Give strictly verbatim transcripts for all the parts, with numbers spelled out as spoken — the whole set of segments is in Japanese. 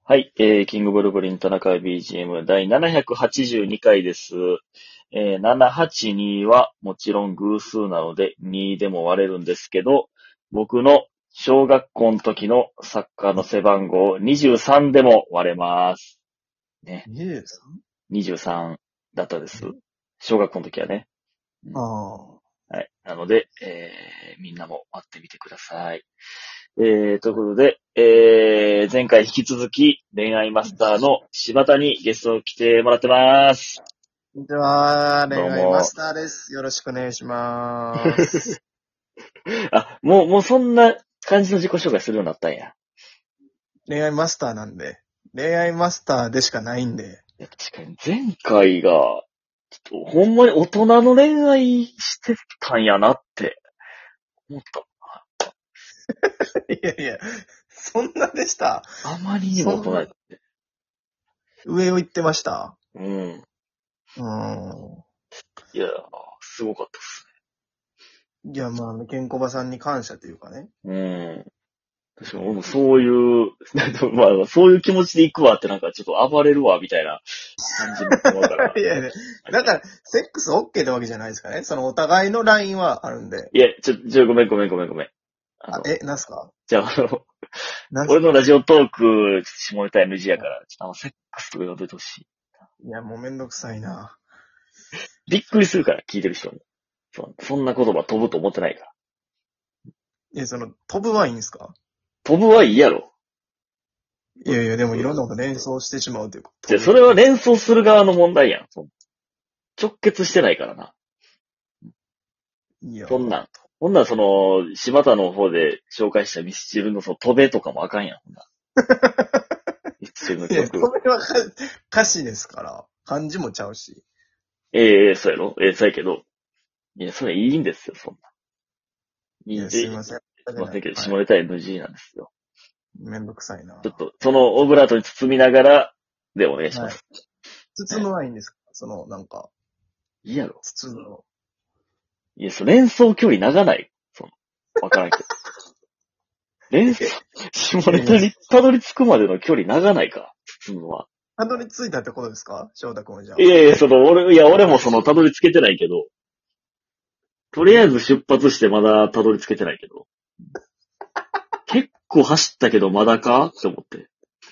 はい、えー、キングブルブリン田中 ビージーエム だいななひゃくはちじゅうにかいです。えー、ななはちにはもちろん偶数なのでにでも割れるんですけど、僕の小学校の時のサッカーの背番号にじゅうさんでも割れます。ね。 にじゅうさん? にじゅうさんだったです。小学校の時はね。うん、 ああ。 はい。なので、えー、みんなも割ってみてください。えー、ということで、えー、前回引き続き恋愛マスターの柴田にゲストを来てもらってます。 こんにちは、 どうも恋愛マスターです。よろしくお願いします。 あ、もう、もうそんな感じの自己紹介するようになったんや。 恋愛マスターなんで、恋愛マスターでしかないんで。 いや確かに前回が、ちょっとほんまに大人の恋愛してたんやなって思った。 いやいや、そんなでした。 あまりにも大人やって。 上を行ってました。 うん。 うーん。 いや、すごかったっすいや、まあ、ケンコバさんに感謝というかね。 ね。うん。確かに俺もそういう、まあ、そういう気持ちで行くわってなんかちょっと暴れるわみたいな感じに思うから。 いやいや、だから、セックス OK ってわけじゃないですかね。そのお互いのラインはあるんで。 いや、ちょ、ちょ、ごめんごめんごめんごめん。あの、 あえ、なんすかじゃあ、あの、 なんす俺のラジオトーク、下ネタ エヌジー やから、ちょっとあの、セックスとか呼んでてほしい。 いや、もうめんどくさいな。 びっくりするから、聞いてる人も。そそんな言葉飛ぶと思ってないから。 いや、その、飛ぶはいいんすか？ 飛ぶはいいやろ。 いやいや、でもいろんなこと連想してしまうというか。 じゃあ、それは連想する側の問題やん。その直結してないからな。 いや、 そんなん。ほんならその、柴田の方で紹介したミスチルのその飛べとかもあかんやん。ほんならミスチルのいや、そ曲。 れはか歌詞ですから。漢字もちゃうし。 ええそうやろええそうやけど。いや、それいいんですよ、そんな。いいいや、 んで、 すいません。 すいませんけど、 はい下ネタ エヌジー なんですよ。 めんどくさいな。 ちょっと、そのオブラートに包みながら、でお願いしまはい。 す。 包むはいいんですか？その、なんか、 いいやろ。 包むの。 いや、その連想距離長ない。その、わからんけど。連想、下ネタにたどり着くまでの距離長ないか、包むのは。 たどり着いたってことですか？翔太くんはじゃあ。 いやいや、その、俺、いや、俺もその、たどり着けてないけど、とりあえず出発してまだたどり着けてないけど、結構走ったけどまだかって思って。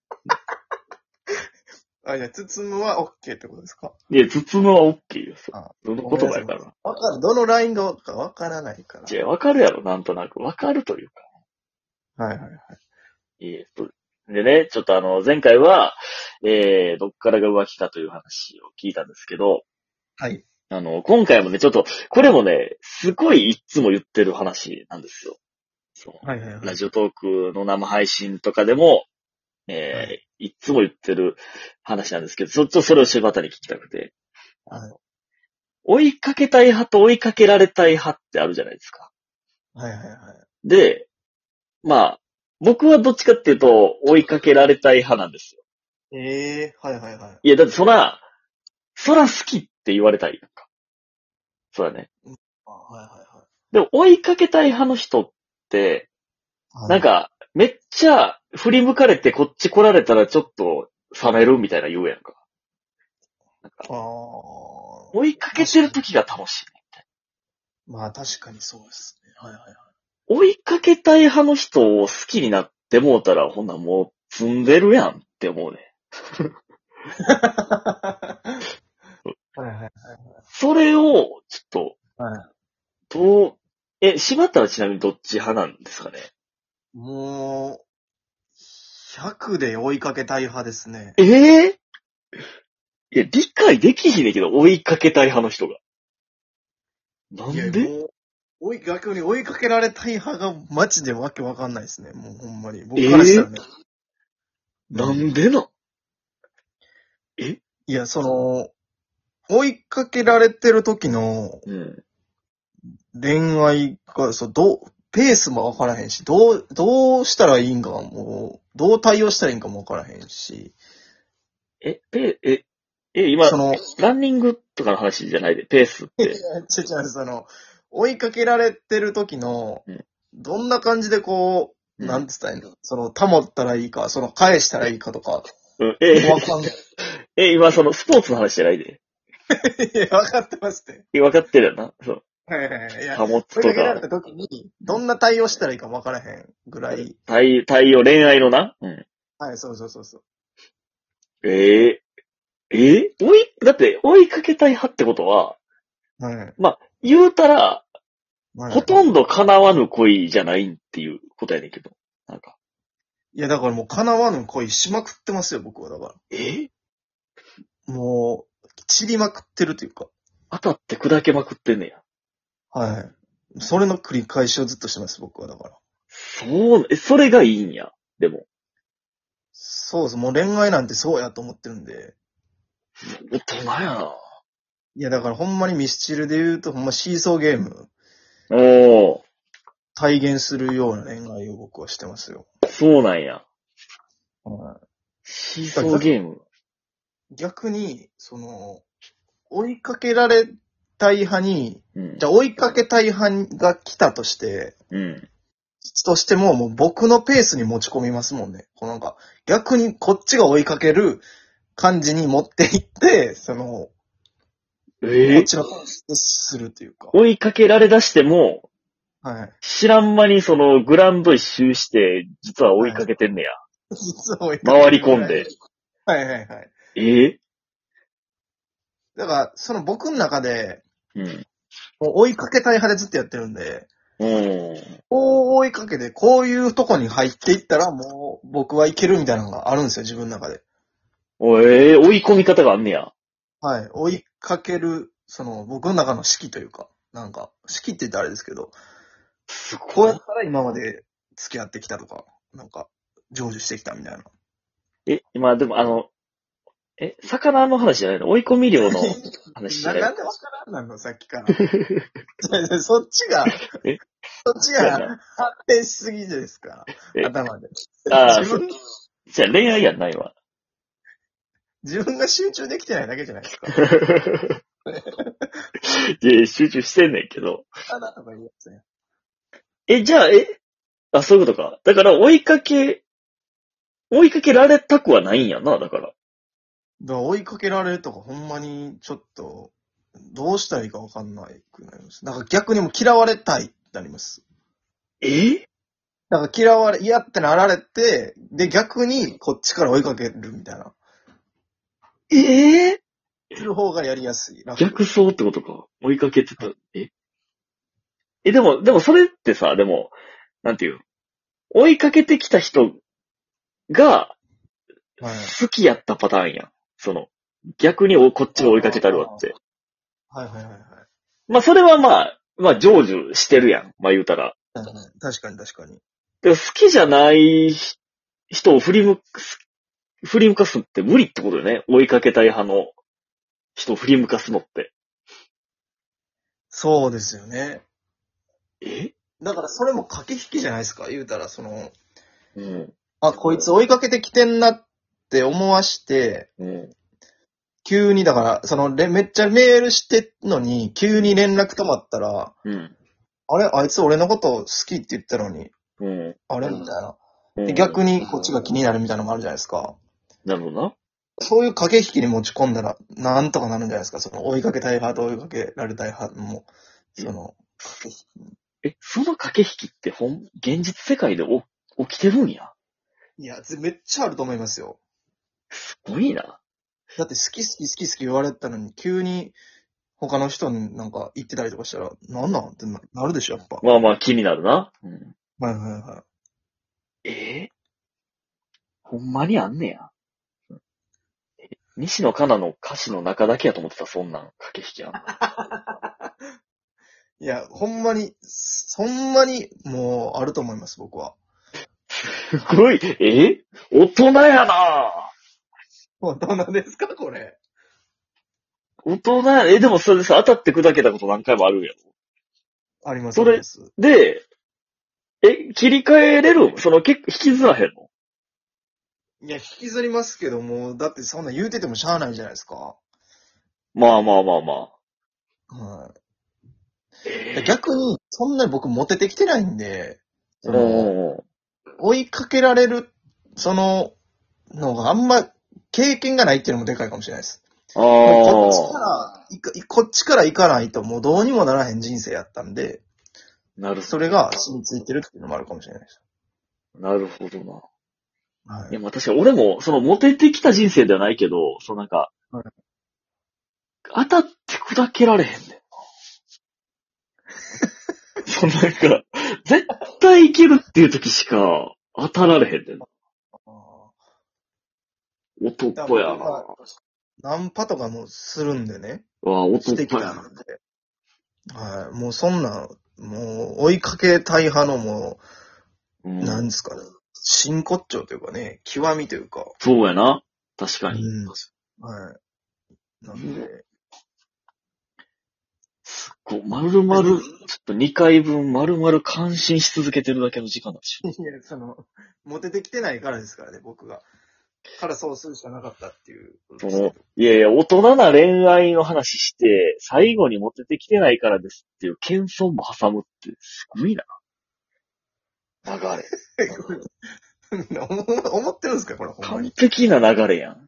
あ、じゃあ、包むは OK ってことですか？ いや、包むは OK よ。 あ、 その言葉やからな。 わかる。どのラインがわかわからないから。 いや、わかるやろ、なんとなく。わかるというか。 はいはいはい。 いえ、とでね、ちょっとあの、前回は、えー、どっからが浮気かという話を聞いたんですけど、 はい。 あの、今回もね、ちょっと、これもね、すごいいつも言ってる話なんですよ。そうはいはいはい。 ラジオトークの生配信とかでも、えーはいいつも言ってる話なんですけど、ちょっとそれを柴田に聞きたくて、あの、 はい追いかけたい派と追いかけられたい派ってあるじゃないですか。 はいはいはい。 で、まあ、僕はどっちかっていうと、追いかけられたい派なんですよ。 ええー、はいはいはい。 いや、だってそら、そら好きって言われたいやんか。そうだね。 あ、はいはいはい。 でも追いかけたい派の人って、 はい、 なんか、めっちゃ振り向かれてこっち来られたらちょっと冷めるみたいな言うやんか。なんかああ。 追いかけてる時が楽しいね。 まあ確かにそうですね。はいはいはい。 追いかけたい派の人を好きになってもうたら、ほんならもう積んでるやんって思うね。 はいはいはい。 それを、ちょっと、 はい。 どう、え、柴田はちなみにどっち派なんですかね？ もう、ひゃくで追いかけたい派ですね。 ええー、いや、理解できひんねんけど、追いかけたい派の人が。なんで？ いや、もう、追い、逆に追いかけられたい派がマジでわけわかんないですね。もうほんまに。僕からしたらね。 えー、なんでな？えいや、その、追いかけられてる時の恋愛が、そう、どう、ペースもわからへんし、どう、どうしたらいいんかもう、どう対応したらいいんかもわからへんし。 え、ペえ、え、今、 その、 ランニングとかの話じゃないで、ペースって。 違う違う、その、追いかけられてる時のうん、 どんな感じでこうんなんつったらいいのその、保ったらいいか、その、返したらいいかとか、 うんえ、 わかんない。 え、今そのスポーツの話じゃないで。 いや、わかってますって。 え、分かってるよな。そう。 はいはいはい。いや、 保つ追いとか。 かけられた時に、どんな対応したらいいかわからへんぐらい。 対、対応、恋愛のな。うん。 はい、そうそうそうそう。 ええええ追い、だって追いかけたい派ってことは、 はい。 まあ、言うたら、 はい。 ほとんど叶わぬ恋じゃないっていうことやねんけど。なんか。 いや、だからもう叶わぬ恋しまくってますよ、僕は。だかえら。もう、散りまくってるというか。 当たって砕けまくってんねや。 はい。それの繰り返しをずっとしてます、僕は。だから。 そう、え、それがいいんや。でも。 そうです。もう恋愛なんてそうやと思ってるんで。 大人やな。 いや、だからほんまにミスチルで言うと、ほんまシーソーゲームおー、 体現するような恋愛を僕はしてますよ。 そうなんや。 はシーソーゲーム。 い、逆に、その、追いかけられたい派に、 うん。 じゃあ追いかけたい派が来たとして、 うん。 としても、もう僕のペースに持ち込みますもんね。こうなんか、逆にこっちが追いかける感じに持っていって、その、 えー、 こっちのペースでするというか。 追いかけられ出しても、 はい。 知らん間にそのグラウンド一周して、実は追いかけてんねや。 実は追いかけ回り込んで。 はいはいはい。 ええだから、その僕の中で、 うん。 もう追いかけたい派でずっとやってるんで、 うん。 こう追いかけて、こういうとこに入っていったら、もう僕はいけるみたいなのがあるんですよ、自分の中で。 おえー、追い込み方があんねや。 はい。追いかける、その、僕の中の式というか、なんか、式って言ったらあれですけど、 すごい。 こうやったら今まで付き合ってきたとか、なんか、成就してきたみたいな。 え、今でもあの、え、魚の話じゃないの追い込み量の話じゃな、 ないのなんでわからんなんのさっきから。そっちが、 え、 そっちそうやな。 が発展しすぎですかえ、 頭で。 ああ、 自分、 じゃあ恋愛やんないわ。 自分が集中できてないだけじゃないですか。 で、集中してんねんけど。 あなたが言うやつね。 え、じゃあ、え、あ、そういうことか。だから追いかけ、追いかけられたくはないんやな、だから。 だから追いかけられるとかほんまにちょっと、どうしたらいいかわかんないくなります。だから逆にもう嫌われたいってなります。 えだから嫌われ、嫌ってなられて、で逆にこっちから追いかけるみたいな。 ええする方がやりやすい。楽。 逆走ってことか。追いかけてた。ええ、でも、でもそれってさ、でも、なんていう、追いかけてきた人がはい。 好きやったパターンやん。その、逆におこっちが追いかけたるわって。 はいはいはいはい。 まあそれはまあ、まあ成就してるやん。まあ言うたら。 はいはい確かに確かに。 でも好きじゃない人を振り向く、振り向かすって無理ってことよね。追いかけたい派の人を振り向かすのって。 そうですよね。 えだからそれも駆け引きじゃないですか。言うたら、その、 うん。 あ、こいつ追いかけてきてんなって思わして、 うん。 急にだから、そのれ、めっちゃメールしてんのに、急に連絡止まったら、 うん。 あれあいつ俺のこと好きって言ったのに、 うん。 あれみたいな。 うん。 で、逆にこっちが気になるみたいなのもあるじゃないですか。 なるほどな。 そういう駆け引きに持ち込んだら、なんとかなるんじゃないですか。その追いかけたい派と追いかけられたい派も、その、駆け引き。 え、その駆け引きってほん、現実世界でお起きてるんや。 いや、めっちゃあると思いますよ。 すごいな。 だって好き好き好き好き言われたのに、急に他の人になんか言ってたりとかしたら、なんなんってななるでしょ、やっぱ。 まあまあ気になるな。うん、 はいはいはい。 えー、ほんまにあんねや。西野カナの歌詞の中だけやと思ってた、そんなん駆け引きあんの。 いや、ほんまに、そんなにもうあると思います、僕は。 すごい、え大人やな大人ですか、これ。 大人や、え、でもそれでさ、当たって砕けたこと何回もあるやろ。 あります、 それあります。 で、え、切り替えれるその結構引きずらへんのいや、引きずりますけども、だってそんな言うててもしゃあないじゃないですか。 まあまあまあまあ。 はい。 えー、 逆に、そんなに僕モテてきてないんで、その、 おー追いかけられる、その、のがあんま経験がないっていうのもでかいかもしれないです。 あこっちかあ。 らいか、こっちから行かないともうどうにもならへん人生やったんで、 なるほそれが染みついてるっていうのもあるかもしれないです。 ど。なるほどな。 はいいや、まあ確かに俺も、そのモテてきた人生ではないけど、そのなんか、 はい当たって砕けられへんねんな。そのなんか、絶対いけるっていう時しか当たられへんねんな。男やな。 ナンパとかもするんでね。 うわ、 してき男やな。 たんで。はい。もうそんな、もう追いかけたい派のもう、 うん、 なんですかね。真骨頂というかね、極みというか。 そうやな。確かに。 うん。はい。なんで。 こう、丸々、ちょっとにかいぶん丸々感心し続けてるだけの時間なんでしょ。 いや、その、モテてきてないからですからね、僕が。からそうするしかなかったっていうことですけど。 その、いやいや、大人な恋愛の話して、最後にモテてきてないからですっていう謙遜も挟むって、すごいな。流れ。 思思ってるんですかこれ、ほんま完に。 璧な流れやん。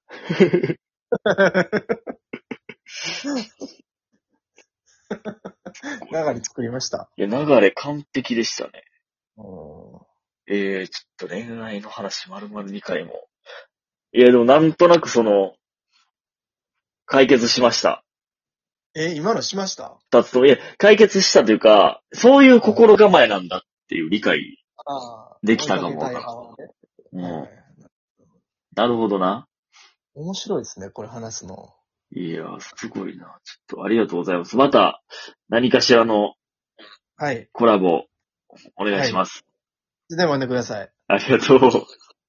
流れ作りました。 いや、流れ完璧でしたね。 おえー、ちょっと恋愛の話丸々にかいも。いや、でもなんとなくその、解決しました。 え、今のしました二つとも、いや、解決したというか、そういう心構えなんだっていう理解ああ。 できたかもわ追いからん。 かけたいうん。 派はねなるほどな。 面白いですね、これ話すの。 いや、すごいな。ちょっとありがとうございます。また、何かしらのはい。 コラボ、お願いします。 いつでも呼んでください。 ありがとう。